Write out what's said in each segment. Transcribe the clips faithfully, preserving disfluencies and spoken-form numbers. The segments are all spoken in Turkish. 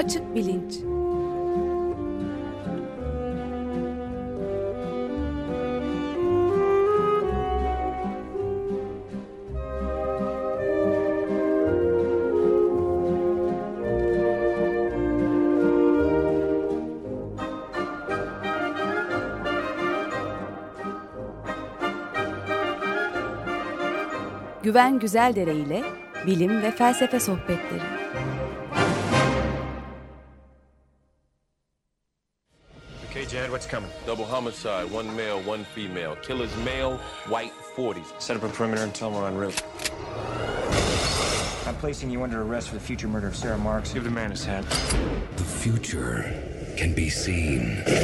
Açık Bilinç. Güven Güzeldere ile bilim ve felsefe sohbetleri. Okay, Jad, what's coming? Double homicide, one male, one female. Killer's male, white, forties. Set up a perimeter and tell them we're en route. I'm placing you under arrest for the future murder of Sarah Marks. Give the man his hat. The future can be seen.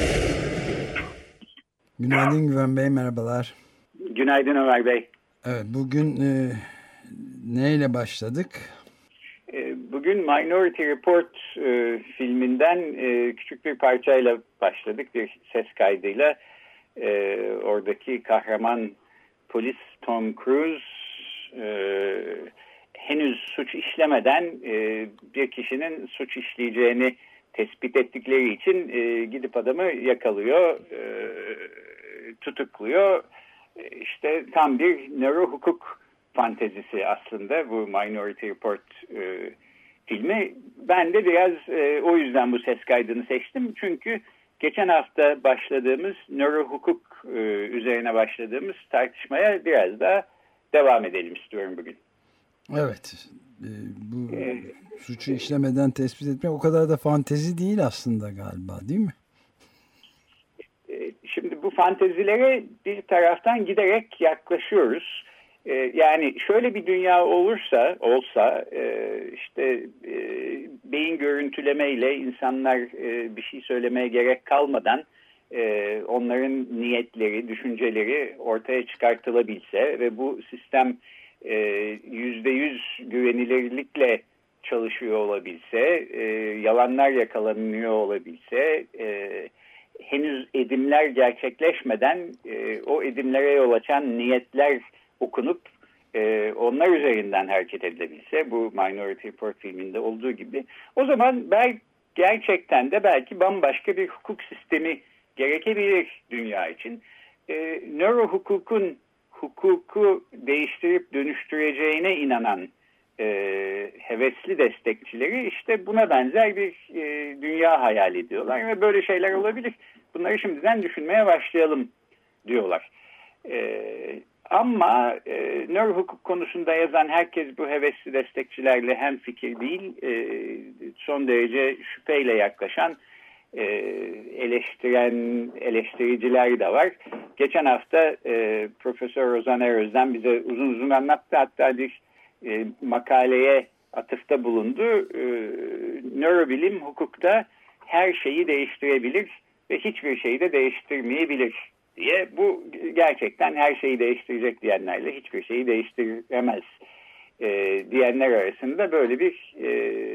Günaydın Güven Bey, merhabalar. Günaydın Ömer Bey. Evet, bugün e, neyle başladık? E, bugün Minority Report e, filminden e, küçük bir parçayla başladık. Bir ses kaydıyla e, oradaki kahraman polis Tom Cruise e, henüz suç işlemeden e, bir kişinin suç işleyeceğini tespit ettikleri için e, gidip adamı yakalıyor, e, tutukluyor. İşte tam bir nöro hukuk fantezisi aslında bu Minority Report e, filmi. Ben de biraz e, o yüzden bu ses kaydını seçtim. Çünkü geçen hafta başladığımız nöro hukuk e, üzerine başladığımız tartışmaya biraz daha devam edelim istiyorum bugün. Evet. E, bu e, suçu işlemeden tespit etmek o kadar da fantezi değil aslında galiba, değil mi? Şimdi bu fantezilere bir taraftan giderek yaklaşıyoruz. Ee, yani şöyle bir dünya olursa, olsa e, işte e, beyin görüntülemeyle insanlar e, bir şey söylemeye gerek kalmadan e, onların niyetleri, düşünceleri ortaya çıkartılabilse ve bu sistem yüzde yüz güvenilirlikle çalışıyor olabilse, e, yalanlar yakalanıyor olabilse, e, henüz edimler gerçekleşmeden e, o edimlere yol açan niyetler okunup e, onlar üzerinden hareket edilebilse, bu Minority Report filminde olduğu gibi, o zaman belki gerçekten de belki bambaşka bir hukuk sistemi gerekebilir dünya için. E, nöro hukukun hukuku değiştirip dönüştüreceğine inanan e, hevesli destekçileri işte buna benzer bir e, dünya hayal ediyorlar ve böyle şeyler olabilir. Bunları şimdiden düşünmeye başlayalım diyorlar. E, ama e, nöro hukuk konusunda yazan herkes bu hevesli destekçilerle hemfikir değil. E, son derece şüpheyle yaklaşan, e, eleştiren eleştiriciler de var. Geçen hafta e, Profesör Ozan Eröz'den bize uzun uzun anlattı. Hatta bir e, makaleye atıfta bulundu. E, nörobilim hukukta her şeyi değiştirebilir ve hiçbir şeyi de değiştirmeyebilir diye. Bu gerçekten her şeyi değiştirecek diyenlerle hiçbir şeyi değiştiremez e, diyenler arasında böyle bir e,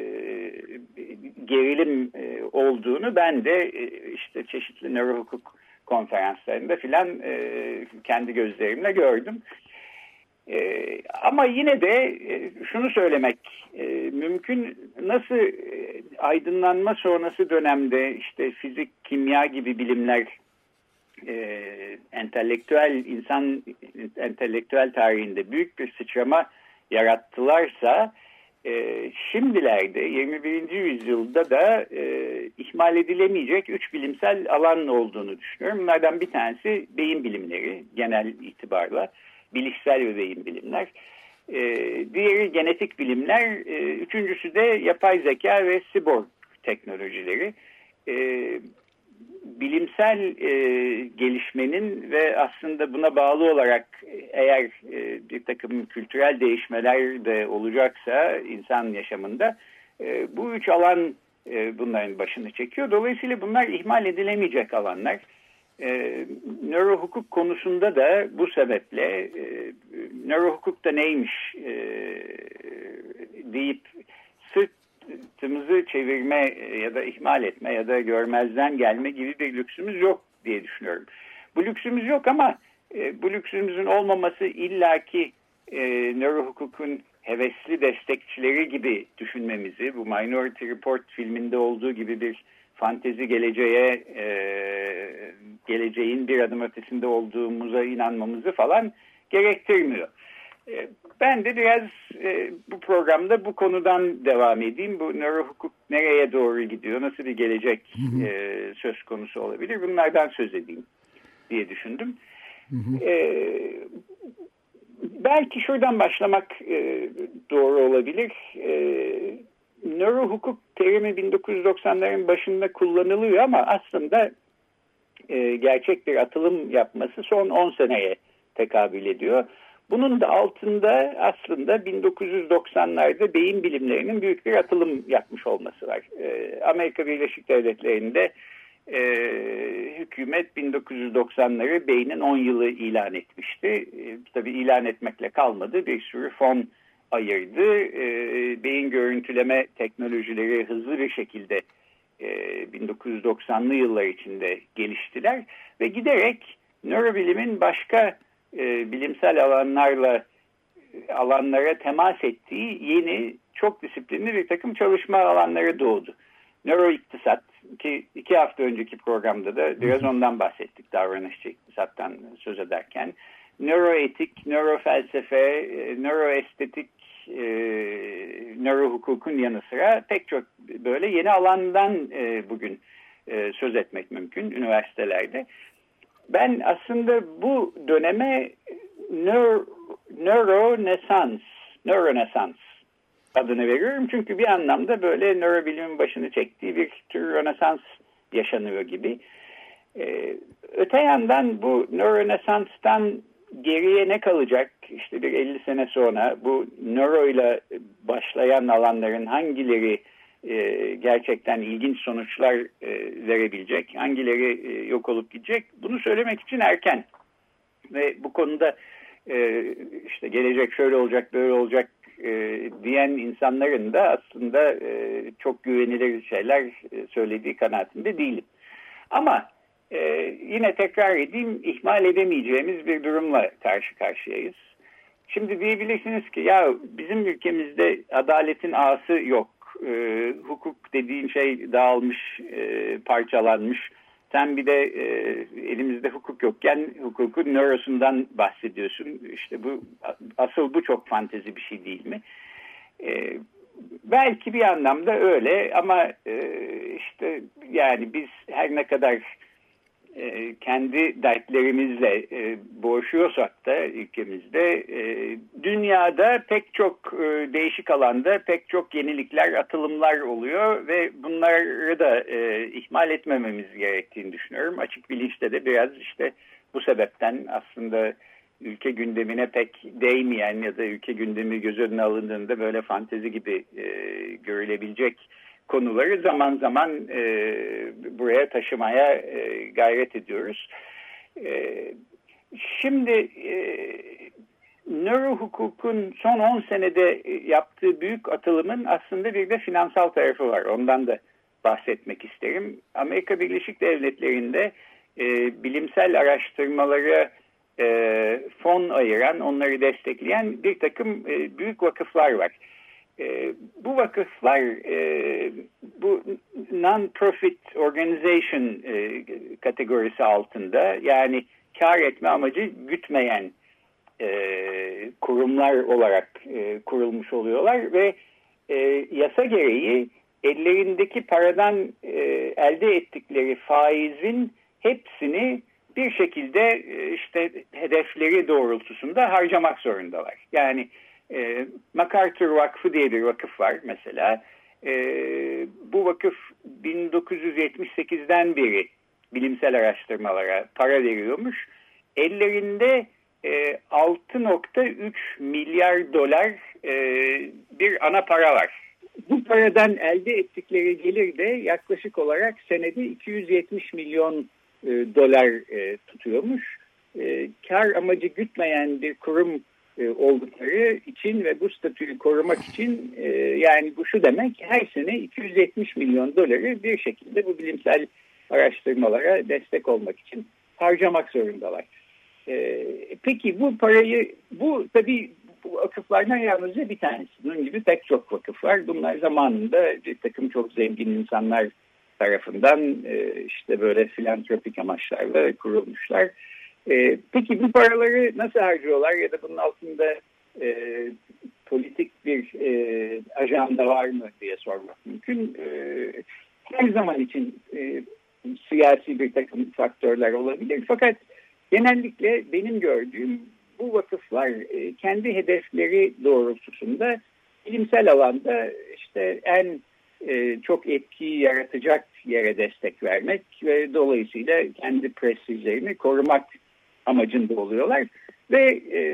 gerilim e, olduğunu ben de e, işte çeşitli nöro hukuk konferanslarında filan e, kendi gözlerimle gördüm. E, ama yine de e, şunu söylemek e, mümkün, nasıl e, aydınlanma sonrası dönemde işte fizik, kimya gibi bilimler e, entelektüel insan entelektüel tarihinde büyük bir sıçrama yarattılarsa, e, şimdilerde yirmi birinci yüzyılda da e, ihmal edilemeyecek üç bilimsel alan olduğunu düşünüyorum. Bunlardan bir tanesi beyin bilimleri genel itibarla, bilişsel ve beyin bilimler. E, diğeri genetik bilimler, e, üçüncüsü de yapay zeka ve siborg teknolojileri. E, bilimsel e, gelişmenin ve aslında buna bağlı olarak eğer e, bir takım kültürel değişmeler de olacaksa insan yaşamında e, bu üç alan e, bunların başını çekiyor. Dolayısıyla bunlar ihmal edilemeyecek alanlar. E, nöro hukuk konusunda da bu sebeple e, nöro hukuk da neymiş e, deyip sırtımızı çevirme ya da ihmal etme ya da görmezden gelme gibi bir lüksümüz yok diye düşünüyorum. Bu lüksümüz yok ama e, bu lüksümüzün olmaması illaki e, nöro hukukun hevesli destekçileri gibi düşünmemizi, bu Minority Report filminde olduğu gibi bir fantezi geleceğe, e, geleceğin bir adım ötesinde olduğumuza inanmamızı falan gerektirmiyor. E, ben de biraz e, bu programda bu konudan devam edeyim. Bu nörohukuk nereye doğru gidiyor, nasıl bir gelecek e, söz konusu olabilir? Bunlardan söz edeyim diye düşündüm. Hı hı. E, belki şuradan başlamak e, doğru olabilir. E, nörohukuk terimi bin dokuz yüz doksanların başında kullanılıyor ama aslında e, gerçek bir atılım yapması son on seneye tekabül ediyor. Bunun da altında aslında bin dokuz yüz doksanlarda beyin bilimlerinin büyük bir atılım yapmış olması var. E, Amerika Birleşik Devletleri'nde e, hükümet bin dokuz yüz doksanları beynin on yılı ilan etmişti. E, tabii ilan etmekle kalmadı. Bir sürü fon ayırdı. E, beyin görüntüleme teknolojileri hızlı bir şekilde e, bin dokuz yüz doksanlı yıllar içinde geliştiler ve giderek nörobilimin başka e, bilimsel alanlarla alanlara temas ettiği yeni çok disiplinli bir takım çalışma alanları doğdu. Nöroiktisat ki iki hafta önceki programda da biraz ondan bahsettik, davranışçı iktisattan söz ederken. Nöroetik, nörofelsefe, nöroestetik, e, nörohukukun yanı sıra pek çok böyle yeni alandan e, bugün e, söz etmek mümkün üniversitelerde. Ben aslında bu döneme nöro, nöronesans, nöronesans adını veriyorum. Çünkü bir anlamda böyle nörobilimin başını çektiği bir tür rönesans yaşanıyor gibi. Ee, öte yandan bu nöronesanstan geriye ne kalacak? İşte bir elli sene sonra bu nöroyla başlayan alanların hangileri e, gerçekten ilginç sonuçlar e, verebilecek, hangileri e, yok olup gidecek? Bunu söylemek için erken. Ve bu konuda e, işte gelecek şöyle olacak, böyle olacak e, diyen insanların da aslında e, çok güvenilir şeyler e, söylediği kanaatinde değilim. Ama e, yine tekrar edeyim, ihmal edemeyeceğimiz bir durumla karşı karşıyayız. Şimdi diyebilirsiniz ki ya bizim ülkemizde adaletin ağası yok. E, hukuk dediğin şey dağılmış, e, parçalanmış. Sen bir de e, elimizde hukuk yokken hukukun nörosundan bahsediyorsun. İşte bu asıl bu çok fantezi bir şey değil mi? E, belki bir anlamda öyle ama e, işte yani biz her ne kadar e, kendi dertlerimizle e, boğuşuyorsak da ülkemizde e, dünyada pek çok e, değişik alanda pek çok yenilikler, atılımlar oluyor ve bunları da e, ihmal etmememiz gerektiğini düşünüyorum. Açık bilinçte de biraz işte bu sebepten aslında ülke gündemine pek değmeyen ya da ülke gündemi göz önüne alındığında böyle fantezi gibi e, görülebilecek konuları zaman zaman e, buraya taşımaya e, gayret ediyoruz. E, şimdi e, nörohukukun son on senede yaptığı büyük atılımın aslında bir de finansal tarafı var. Ondan da bahsetmek isterim. Amerika Birleşik Devletleri'nde e, bilimsel araştırmalara e, fon ayıran, onları destekleyen bir takım e, büyük vakıflar var. E, bu vakıflar e, bu non-profit organization e, kategorisi altında, yani kar etme amacı gütmeyen e, kurumlar olarak e, kurulmuş oluyorlar ve e, yasa gereği ellerindeki paradan e, elde ettikleri faizin hepsini bir şekilde e, işte hedefleri doğrultusunda harcamak zorundalar. Yani e, MacArthur Vakfı diye bir vakıf var mesela. E, bu vakıf bin dokuz yüz yetmiş sekizden beri bilimsel araştırmalara para veriyormuş. Ellerinde e, altı nokta üç milyar dolar e, bir ana para var. Bu paradan elde ettikleri gelir de yaklaşık olarak senede iki yüz yetmiş milyon e, dolar e, tutuyormuş. E, kar amacı gütmeyen bir kurum e, oldukları için ve bu statüyü korumak için e, yani bu şu demek, her sene iki yüz yetmiş milyon doları bir şekilde bu bilimsel araştırmalara destek olmak için harcamak zorundalar. E, peki bu parayı, bu tabii bu vakıflardan yalnızca bir tanesi. Bunun gibi pek çok vakıf var. Bunlar zamanında bir takım çok zengin insanlar tarafından e, işte böyle filantropik amaçlarla kurulmuşlar. E, peki bu paraları nasıl harcıyorlar ya da bunun altında e, politik bir e, ajanda var mı diye sormak mümkün. E, her zaman için e, siyasi bir takım faktörler olabilir. Fakat genellikle benim gördüğüm bu vakıflar e, kendi hedefleri doğrultusunda bilimsel alanda işte en e, çok etkiyi yaratacak yere destek vermek ve dolayısıyla kendi prestijlerini korumak amacında oluyorlar. Ve e,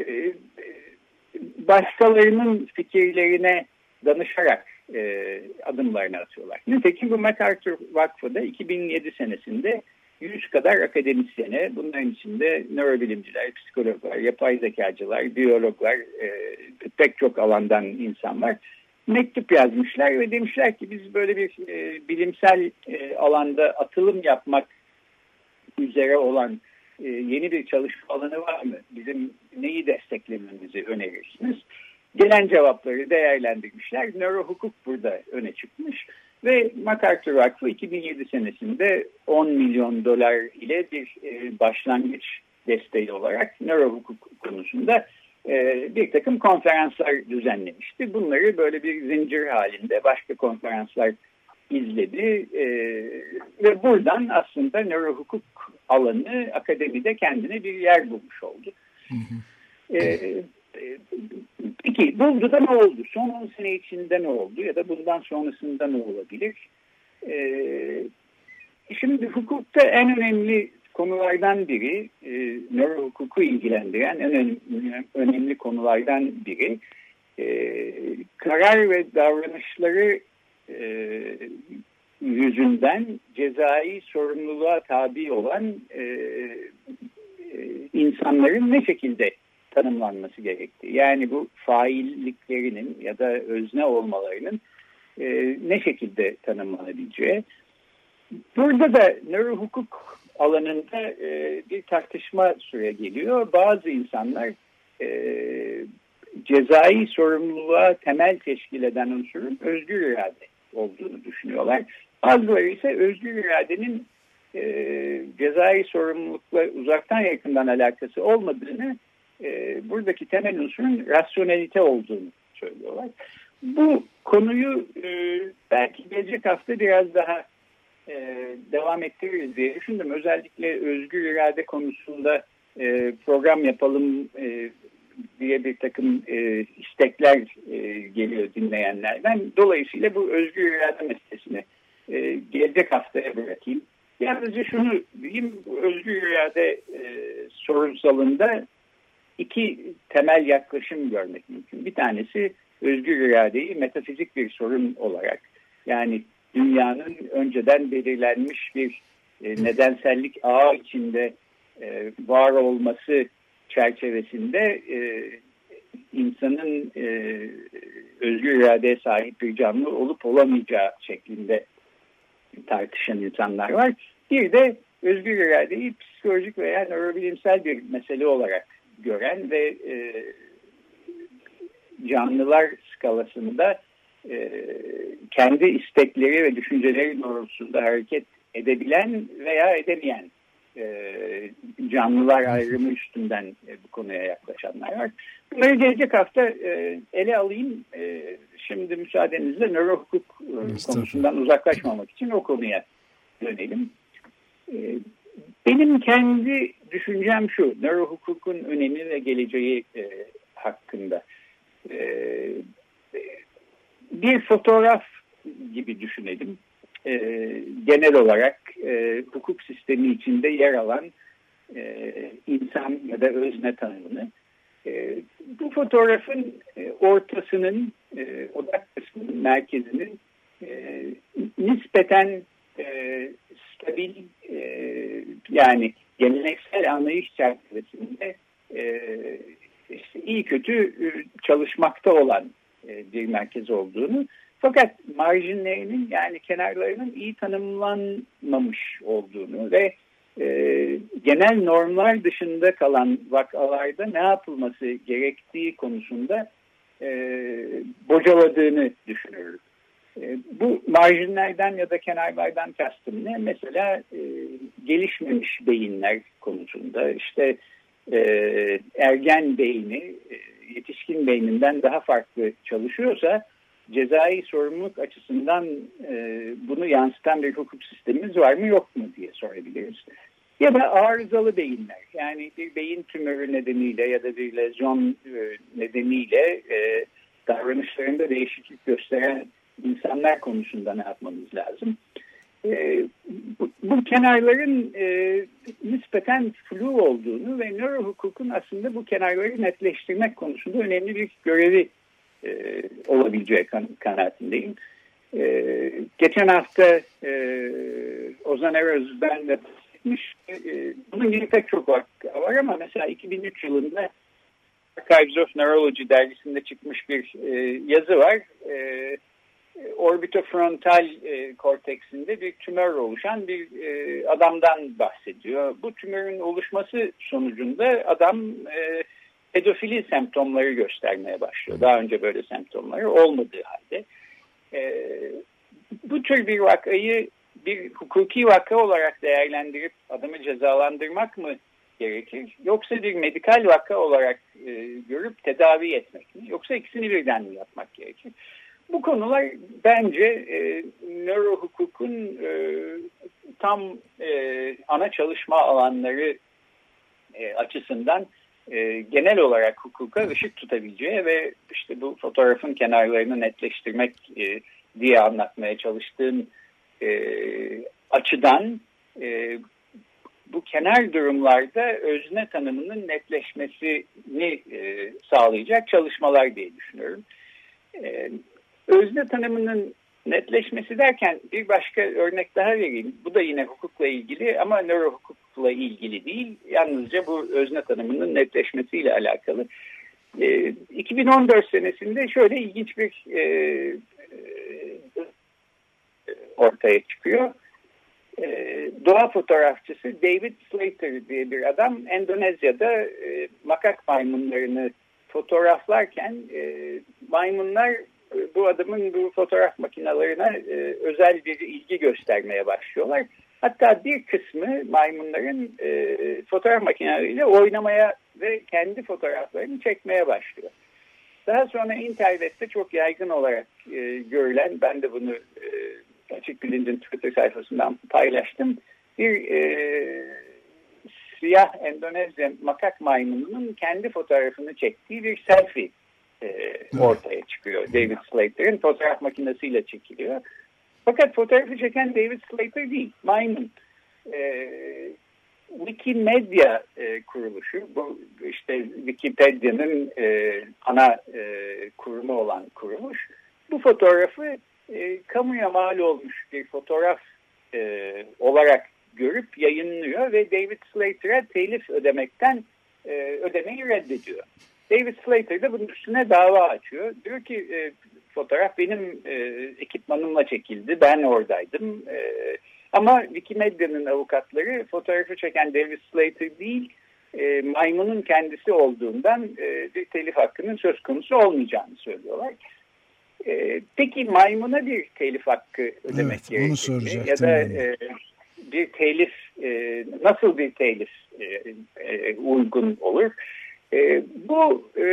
başkalarının fikirlerine danışarak e, adımlarını atıyorlar. Nitekim bu MacArthur Vakfı da iki bin yedi senesinde yüz kadar akademisyene, bunların içinde nörobilimciler, psikologlar, yapay zekacılar, biyologlar, e, pek çok alandan insanlar mektup yazmışlar ve demişler ki biz böyle bir e, bilimsel e, alanda atılım yapmak üzere olan e, yeni bir çalışma alanı var mı? Bizim neyi desteklememizi önerirsiniz? Gelen cevapları değerlendirmişler. Nörohukuk burada öne çıkmış. Ve MacArthur Vakfı iki bin yedi senesinde on milyon dolar ile bir e, başlangıç desteği olarak nörohukuk konusunda e, bir takım konferanslar düzenlemişti. Bunları böyle bir zincir halinde başka konferanslar izledi e, ve buradan aslında nörohukuk alanı akademide kendine bir yer bulmuş oldu. Hı hı. E, Peki buldu da ne oldu? Son on sene içinde ne oldu? Ya da bundan sonrasında ne olabilir? Ee, şimdi hukukta en önemli konulardan biri, e, nörohukuku ilgilendiren en önemli, önemli konulardan biri, e, karar ve davranışları e, yüzünden cezai sorumluluğa tabi olan e, e, insanların ne şekilde tanımlanması gerektiği. Yani bu failliklerinin ya da özne olmalarının e, ne şekilde tanımlanabileceği. Burada da nörohukuk alanında e, bir tartışma süre geliyor. Bazı insanlar e, cezai sorumluluğa temel teşkil eden unsurun özgür irade olduğunu düşünüyorlar. Bazıları ise özgür iradenin e, cezai sorumlulukla uzaktan yakından alakası olmadığını, E, buradaki temel unsurun rasyonelite olduğunu söylüyorlar. Bu konuyu e, belki gelecek hafta biraz daha e, devam ettiririz diye düşündüm. Özellikle özgür irade konusunda e, program yapalım e, diye bir takım e, istekler e, geliyor dinleyenlerden. Dolayısıyla bu özgür irade meselesini e, gelecek haftaya bırakayım. Yalnızca şunu diyeyim, özgür irade e, sorunsalında İki temel yaklaşım görmek mümkün. Bir tanesi özgür iradeyi metafizik bir sorun olarak, yani dünyanın önceden belirlenmiş bir e, nedensellik ağı içinde e, var olması çerçevesinde e, insanın e, özgür iradeye sahip bir canlı olup olamayacağı şeklinde tartışan insanlar var. Bir de özgür iradeyi psikolojik veya nörobilimsel bir mesele olarak gören ve e, canlılar skalasında e, kendi istekleri ve düşünceleri doğrultusunda hareket edebilen veya edemeyen e, canlılar ayrımı üstünden e, bu konuya yaklaşanlar var. Bunları gelecek hafta e, ele alayım. E, şimdi müsaadenizle nörohukuk e, konusundan uzaklaşmamak için o konuya dönelim. E, Benim kendi düşüncem şu, nörohukukun önemi ve geleceği e, hakkında. E, bir fotoğraf gibi düşünelim. E, genel olarak e, hukuk sistemi içinde yer alan e, insan ya da özne tanımını. E, bu fotoğrafın e, ortasının, e, odak kısmının, merkezinin e, nispeten e, stabil, e, yani geleneksel anlayış çerçevesinde e, işte iyi kötü çalışmakta olan e, bir merkez olduğunu, fakat marjinlerinin, yani kenarlarının iyi tanımlanmamış olduğunu ve e, genel normlar dışında kalan vakalarda ne yapılması gerektiği konusunda e, bocaladığını düşünüyorum. E, bu marjinlerden ya da kenarlardan kastım ne? Mesela e, gelişmemiş beyinler konusunda işte e, ergen beyni e, yetişkin beyninden daha farklı çalışıyorsa cezai sorumluluk açısından e, bunu yansıtan bir hukuk sistemimiz var mı yok mu diye sorabiliriz. Ya da arızalı beyinler, yani bir beyin tümörü nedeniyle ya da bir lezyon e, nedeniyle e, davranışlarında değişiklik gösteren insanlar konusunda ne yapmamız lazım? E, bu, bu kenarların e, nispeten flu olduğunu ve nörohukukun aslında bu kenarları netleştirmek konusunda önemli bir görevi e, olabileceği kan- kanaatindeyim. E, geçen hafta e, Ozan Eröz'den de bahsetmiş. E, bunun gibi pek çok vaka var ama mesela iki bin üç yılında Archives of Neurology dergisinde çıkmış bir e, yazı var. E, orbitofrontal e, korteksinde bir tümör oluşan bir e, adamdan bahsediyor. Bu tümörün oluşması sonucunda adam e, pedofili semptomları göstermeye başlıyor. Daha önce böyle semptomları olmadığı halde. E, bu tür bir vakayı bir hukuki vaka olarak değerlendirip adamı cezalandırmak mı gerekir? Yoksa bir medikal vaka olarak e, görüp tedavi etmek mi? Yoksa ikisini birden mi yapmak gerekir? Bu konular bence e, nörohukukun e, tam e, ana çalışma alanları e, açısından e, genel olarak hukuka ışık tutabileceği ve işte bu fotoğrafın kenarlarını netleştirmek e, diye anlatmaya çalıştığım e, açıdan e, bu kenar durumlarda özne tanımının netleşmesini e, sağlayacak çalışmalar diye düşünüyorum. E, özne tanımının netleşmesi derken bir başka örnek daha vereyim. Bu da yine hukukla ilgili ama nörohukukla ilgili değil. Yalnızca bu özne tanımının netleşmesiyle alakalı. E, iki bin on dört senesinde şöyle ilginç bir e, e, ortaya çıkıyor. E, doğa fotoğrafçısı David Slater diye bir adam Endonezya'da e, makak maymunlarını fotoğraflarken e, maymunlar bu adamın bu fotoğraf makinelerine e, özel bir ilgi göstermeye başlıyorlar. Hatta bir kısmı maymunların e, fotoğraf makineleriyle oynamaya ve kendi fotoğraflarını çekmeye başlıyor. Daha sonra internette çok yaygın olarak e, görülen, ben de bunu e, Açık Bilinc'in Twitter sayfasından paylaştım. Bir e, siyah Endonezya makak maymununun kendi fotoğrafını çektiği bir selfie e, ortaya çıkıyor. David Slater'ın fotoğraf makinesiyle çekiliyor. Fakat fotoğrafı çeken David Slater değil, maymun. E, Wikimedia e, kuruluşu, bu işte Wikipedia'nın e, ana e, kurumu olan kuruluş, bu fotoğrafı e, kamuya mal olmuş bir fotoğraf e, olarak görüp yayınlıyor ve David Slater'a telif ödemekten e, ödemeyi reddediyor. David Slater de bunun üstüne dava açıyor. Diyor ki e, fotoğraf benim e, ekipmanımla çekildi, ben oradaydım. E, ama Wikimedia'nın avukatları fotoğrafı çeken David Slater değil, e, maymunun kendisi olduğundan e, bir telif hakkının söz konusu olmayacağını söylüyorlar. E, peki maymuna bir telif hakkı ödemek evet, onu soracaktım. Ya da e, bir telif, e, nasıl bir telif e, e, uygun olur? E, bu e,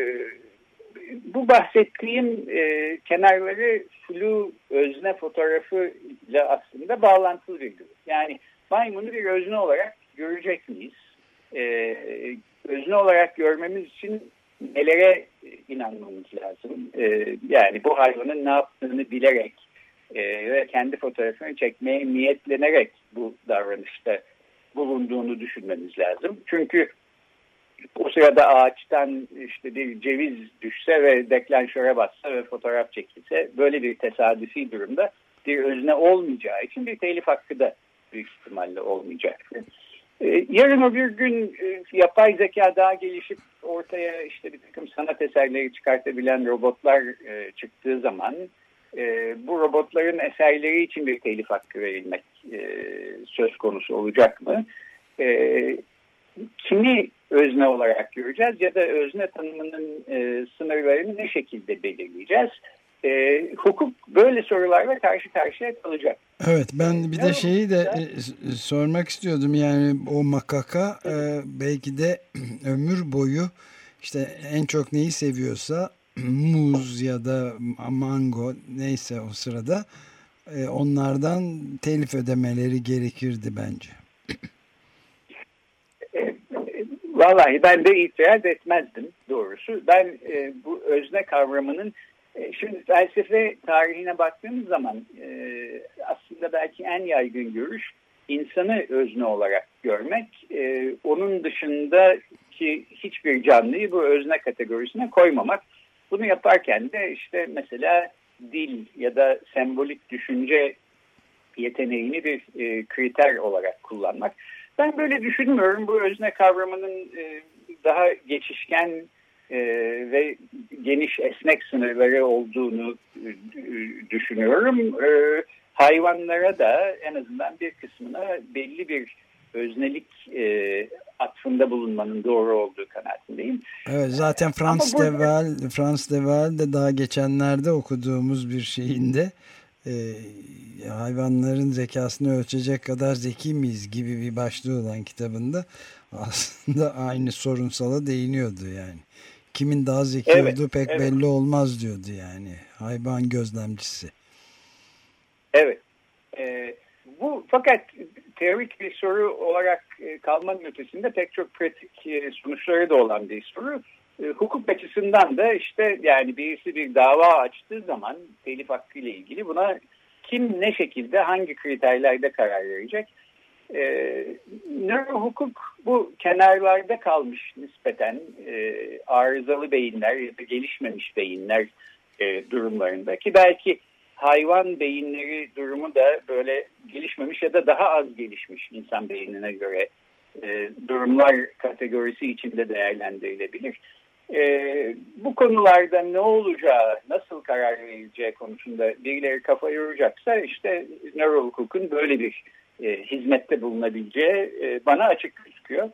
bu bahsettiğim e, kenarları flu özne fotoğrafıyla aslında bağlantılı bir durum. Yani maymunu bir özne olarak görecek miyiz? E, özne olarak görmemiz için nelere inanmamız lazım? E, yani bu hayvanın ne yaptığını bilerek e, ve kendi fotoğrafını çekmeye niyetlenerek bu davranışta bulunduğunu düşünmemiz lazım. Çünkü o sırada ağaçtan işte bir ceviz düşse ve deklanşöre bassa ve fotoğraf çekilse, böyle bir tesadüfi durumda bir özne olmayacağı için bir telif hakkı da büyük ihtimalle olmayacaktır. Ee, yarın öbür gün e, yapay zeka daha gelişip ortaya işte bir takım sanat eserleri çıkartabilen robotlar e, çıktığı zaman e, bu robotların eserleri için bir telif hakkı verilmek e, söz konusu olacak mı? E, kimi özne olarak göreceğiz ya da özne tanımının e, sınırlarını ne şekilde belirleyeceğiz? E, hukuk böyle sorularla karşı karşıya kalacak. Evet, ben bir de şeyi de e, sormak istiyordum, yani o makaka e, belki de ömür boyu işte en çok neyi seviyorsa muz ya da mango neyse o sırada e, onlardan telif ödemeleri gerekirdi bence. E, vallahi ben de itiraz etmezdim doğrusu. Ben e, bu özne kavramının şimdi felsefe tarihine baktığımız zaman e, aslında belki en yaygın görüş insanı özne olarak görmek. E, onun dışındaki hiçbir canlıyı bu özne kategorisine koymamak. Bunu yaparken de işte mesela dil ya da sembolik düşünce yeteneğini bir e, kriter olarak kullanmak. Ben böyle düşünmüyorum. Bu özne kavramının e, daha geçişken Ee, ve geniş esnek sınırları olduğunu e, düşünüyorum. Ee, hayvanlara da en azından bir kısmına belli bir öznelik e, atfında bulunmanın doğru olduğu kanaatindeyim. Evet, zaten Frans de Waal, Frans de Waal de daha geçenlerde okuduğumuz bir şeyinde e, hayvanların zekasını ölçecek kadar zeki miyiz gibi bir başlığı olan kitabında aslında aynı sorunsala değiniyordu yani. Kimin daha zeki evet, olduğu pek evet. belli olmaz diyordu yani. Hayvan gözlemcisi. Evet. E, bu fakat teorik bir soru olarak e, kalmanın ötesinde pek çok pratik e, sonuçları da olan bir soru. E, hukuk açısından da işte yani birisi bir dava açtığı zaman telif hakkı ile ilgili buna kim ne şekilde hangi kriterlerde karar verecek? Ee, nörohukuk bu kenarlarda kalmış nispeten e, arızalı beyinler ya da gelişmemiş beyinler e, durumlarında ki belki hayvan beyinleri durumu da böyle gelişmemiş ya da daha az gelişmiş insan beynine göre e, durumlar kategorisi içinde değerlendirilebilir. E, bu konularda ne olacağı, nasıl karar verileceği konusunda birileri kafa yoracaksa işte nörohukukun böyle bir E, hizmette bulunabileceği e, bana açık gözüküyor.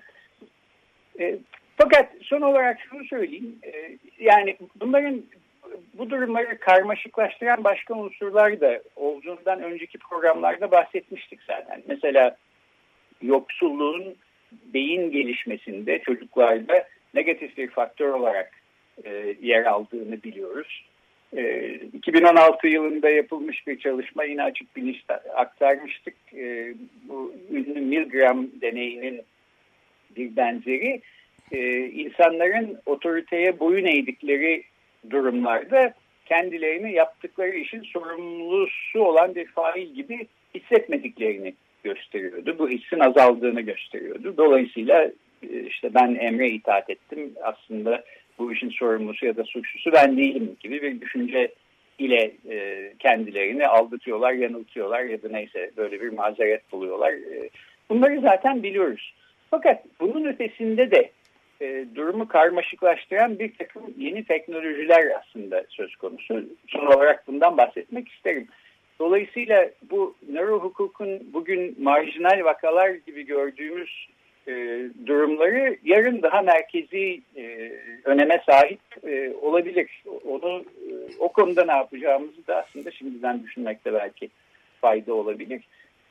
E, fakat son olarak şunu söyleyeyim. E, yani bunların bu durumları karmaşıklaştıran başka unsurlar da olduğundan önceki programlarda bahsetmiştik zaten. Mesela yoksulluğun beyin gelişmesinde çocuklarda negatif bir faktör olarak e, yer aldığını biliyoruz. E, iki bin on altı yılında yapılmış bir çalışma yine açık bilinçte aktarmıştık. E, bu ünlü Milgram deneyinin bir benzeri e, insanların otoriteye boyun eğdikleri durumlarda kendilerini yaptıkları işin sorumlusu olan bir fail gibi hissetmediklerini gösteriyordu. Bu hissin azaldığını gösteriyordu. Dolayısıyla e, işte ben emre itaat ettim, aslında bu işin sorumlusu ya da suçlusu ben değilim gibi bir düşünce ile e, kendilerini aldatıyorlar, yanıltıyorlar ya da neyse böyle bir mazeret buluyorlar. E, bunları zaten biliyoruz. Fakat bunun ötesinde de e, durumu karmaşıklaştıran bir takım yeni teknolojiler aslında söz konusu. Son olarak bundan bahsetmek isterim. Dolayısıyla bu nörohukukun bugün marjinal vakalar gibi gördüğümüz e, durumları yarın daha merkezi e, öneme sahip e, olabilir. Onu e, o konuda ne yapacağımızı da aslında şimdiden düşünmekte belki fayda olabilir.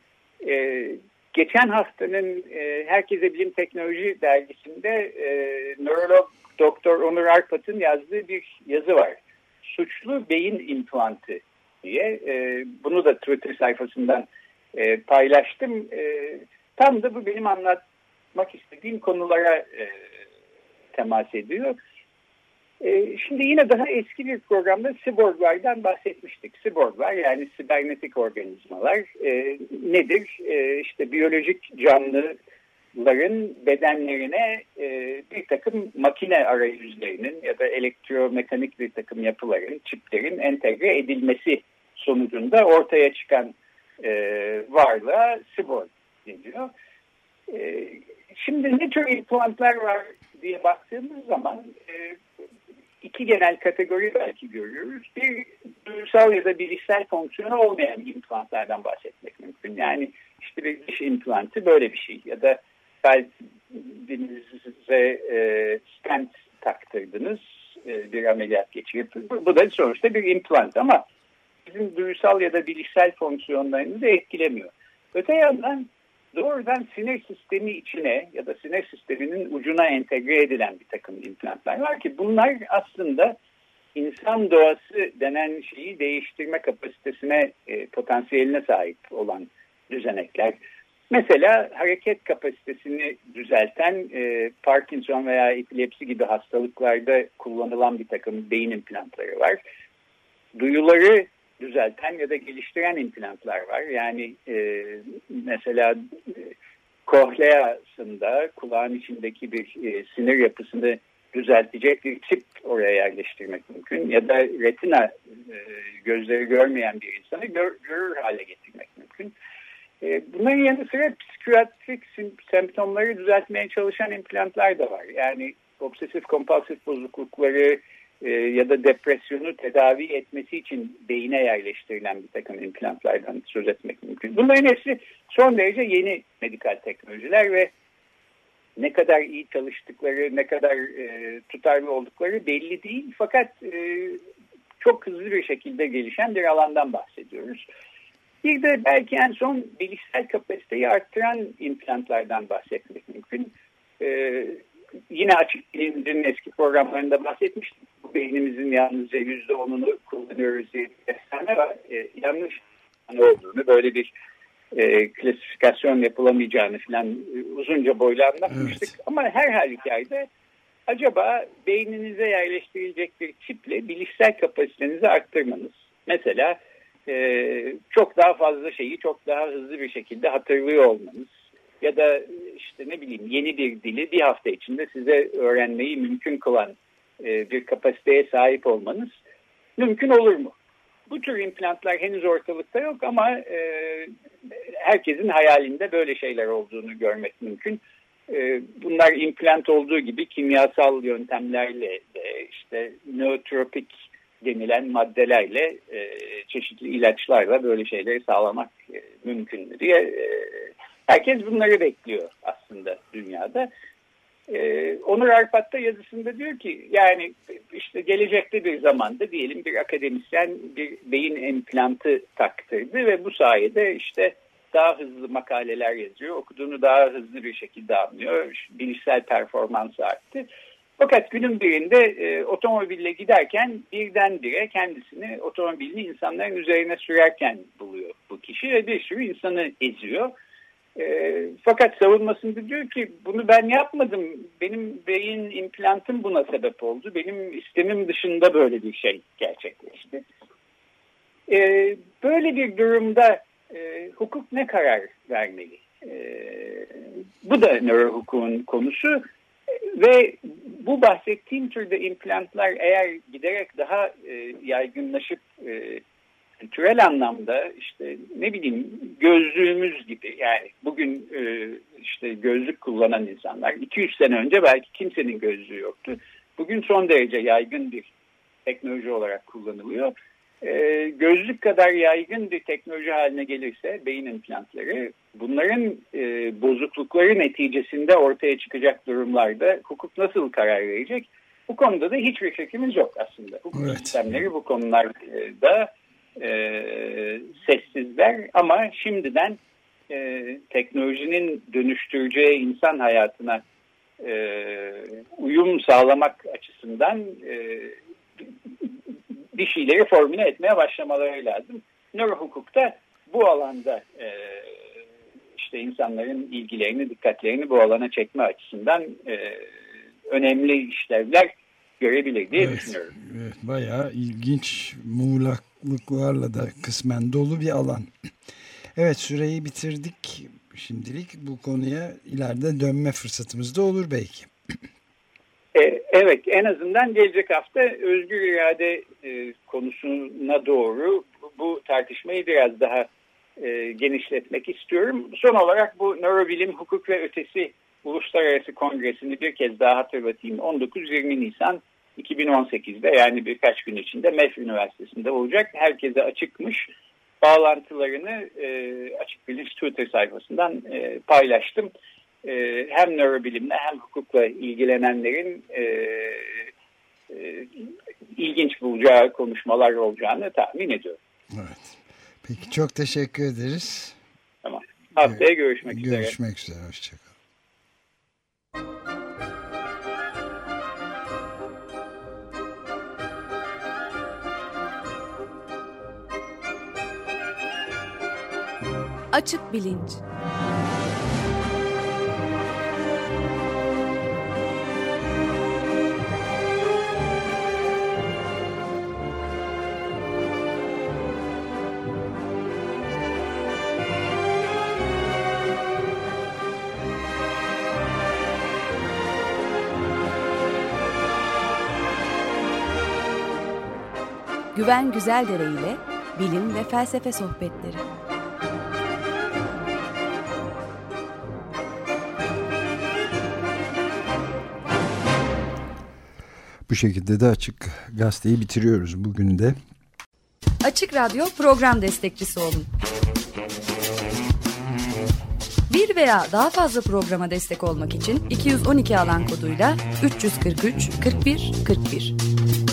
E, geçen haftanın e, Herkese Bilim Teknoloji dergisinde e, nörolog Doktor Onur Arpat'ın yazdığı bir yazı var. Suçlu beyin implantı diye. E, bunu da Twitter sayfasından e, paylaştım. E, tam da bu benim anlatmak istediğim konulara e, temas ediyor. E, şimdi yine daha eski bir programda siborglardan bahsetmiştik. Siborglar yani sibernetik organizmalar e, nedir? E, işte biyolojik canlıların bedenlerine e, bir takım makine arayüzlerinin ya da elektromekanik bir takım yapıların, çiplerin entegre edilmesi sonucunda ortaya çıkan e, varlığa siborg deniyor. E, şimdi ne tür implantlar var diye baktığımız zaman e, iki genel kategori belki görüyoruz. Bir duygusal ya da bilişsel fonksiyonu olmayan implantlardan bahsetmek mümkün. Yani işte bir diş implantı böyle bir şey ya da kalbinize e, stent taktırdınız, e, bir ameliyat geçirip bu, bu da sonuçta bir implant ama bizim duygusal ya da bilişsel fonksiyonlarını da etkilemiyor. Öte yandan doğrudan sinir sistemi içine ya da sinir sisteminin ucuna entegre edilen bir takım implantlar var ki bunlar aslında insan doğası denen şeyi değiştirme kapasitesine, e, potansiyeline sahip olan düzenekler. Mesela hareket kapasitesini düzelten e, Parkinson veya epilepsi gibi hastalıklarda kullanılan bir takım beyin implantları var. Duyuları düzelten ya da geliştiren implantlar var. Yani e, mesela e, kohleasında kulağın içindeki bir e, sinir yapısını düzeltecek bir çip oraya yerleştirmek mümkün. Ya da retina, e, gözleri görmeyen bir insanı gör, görür hale getirmek mümkün. E, bunların yanı sıra psikiyatrik semptomları düzeltmeye çalışan implantlar da var. Yani obsesif kompulsif bozuklukları e, ya da depresyonu tedavi etmesi için beyine yerleştirilen bir takım implantlardan söz etmek mümkün. Bunların hepsi son derece yeni medikal teknolojiler ve ne kadar iyi çalıştıkları, ne kadar e, tutarlı oldukları belli değil. Fakat e, çok hızlı bir şekilde gelişen bir alandan bahsediyoruz. Bir de belki en son bilişsel kapasiteyi arttıran implantlardan bahsetmek mümkün. Ee, yine açık bilimlerin eski programlarında bahsetmiştim. Bu beynimizin yalnızca yüzde onunu kullanıyoruz diye bir efsane var. Ee, yanlış olduğunu, böyle bir e, klasifikasyon yapılamayacağını falan e, uzunca boylu anlatmıştık. Evet. Ama her halükarda acaba beyninize yerleştirilecek bir çiple bilişsel kapasitenizi arttırmanız. Mesela Ee, çok daha fazla şeyi çok daha hızlı bir şekilde hatırlıyor olmanız ya da işte ne bileyim yeni bir dili bir hafta içinde size öğrenmeyi mümkün kılan e, bir kapasiteye sahip olmanız mümkün olur mu? Bu tür implantlar henüz ortalıkta yok ama e, herkesin hayalinde böyle şeyler olduğunu görmek mümkün. E, bunlar implant olduğu gibi kimyasal yöntemlerle de işte nootropik denilen maddelerle, e, çeşitli ilaçlarla böyle şeyleri sağlamak e, mümkün diye e, herkes bunları bekliyor aslında dünyada. E, Onur Arpat da yazısında diyor ki yani işte gelecekte bir zamanda diyelim bir akademisyen bir beyin implantı taktırdı ve bu sayede işte daha hızlı makaleler yazıyor, okuduğunu daha hızlı bir şekilde anlıyor, bilişsel performansı arttı. Fakat günün birinde e, otomobille giderken birdenbire kendisini otomobilini insanların üzerine sürerken buluyor bu kişi ve bir sürü insanı eziyor. E, fakat savunmasında diyor ki bunu ben yapmadım, benim beyin implantım buna sebep oldu, benim istemim dışında böyle bir şey gerçekleşti. E, böyle bir durumda e, hukuk ne karar vermeli? E, bu da nörohukukun konusu. Ve bu bahsettiğim türde implantlar eğer giderek daha e, yaygınlaşıp e, kültürel anlamda işte ne bileyim gözlüğümüz gibi yani bugün e, işte gözlük kullanan insanlar iki yüz sene önce belki kimsenin gözlüğü yoktu. Bugün son derece yaygın bir teknoloji olarak kullanılıyor. E, gözlük kadar yaygın bir teknoloji haline gelirse beyin implantları bunların e, bozuklukları neticesinde ortaya çıkacak durumlarda hukuk nasıl karar verecek? Bu konuda da hiçbir fikrimiz yok aslında. Hukuk evet. sistemleri bu konularda e, sessizler ama şimdiden e, teknolojinin dönüştüreceği insan hayatına e, uyum sağlamak açısından e, bir şeyleri formüle etmeye başlamaları lazım. Nörohukukta bu alanda e, işte insanların ilgilerini, dikkatlerini bu alana çekme açısından e, önemli işlevler görebilir diye evet, düşünüyorum. Evet, bayağı ilginç muğlaklıklarla da kısmen dolu bir alan. Evet, süreyi bitirdik şimdilik. Bu konuya ileride dönme fırsatımız da olur belki. Evet, en azından gelecek hafta özgür irade e, konusuna doğru bu tartışmayı biraz daha e, genişletmek istiyorum. Son olarak bu Nörobilim, Hukuk ve Ötesi Uluslararası Kongresini bir kez daha hatırlatayım. on dokuz yirmi Nisan iki bin on sekizde yani birkaç gün içinde M E F Üniversitesi'nde olacak. Herkese açıkmış. Bağlantılarını e, Açık Bilinç Twitter sayfasından e, paylaştım. E, hem nörobilimle hem hukukla ilgilenenlerin e, e, ilginç bulacağı konuşmalar olacağını tahmin ediyorum. Evet. Peki çok teşekkür ederiz. Tamam. Haftaya görüşmek, görüşmek üzere. Görüşmek üzere. Hoşçakalın. Açık Bilinç. Güven Güzeldere ile bilim ve felsefe sohbetleri. Bu şekilde de Açık Gazete'yi bitiriyoruz bugün de. Açık Radyo program destekçisi olun. Bir veya daha fazla programa destek olmak için iki yüz on iki alan koduyla üç yüz kırk üç kırk bir kırk bir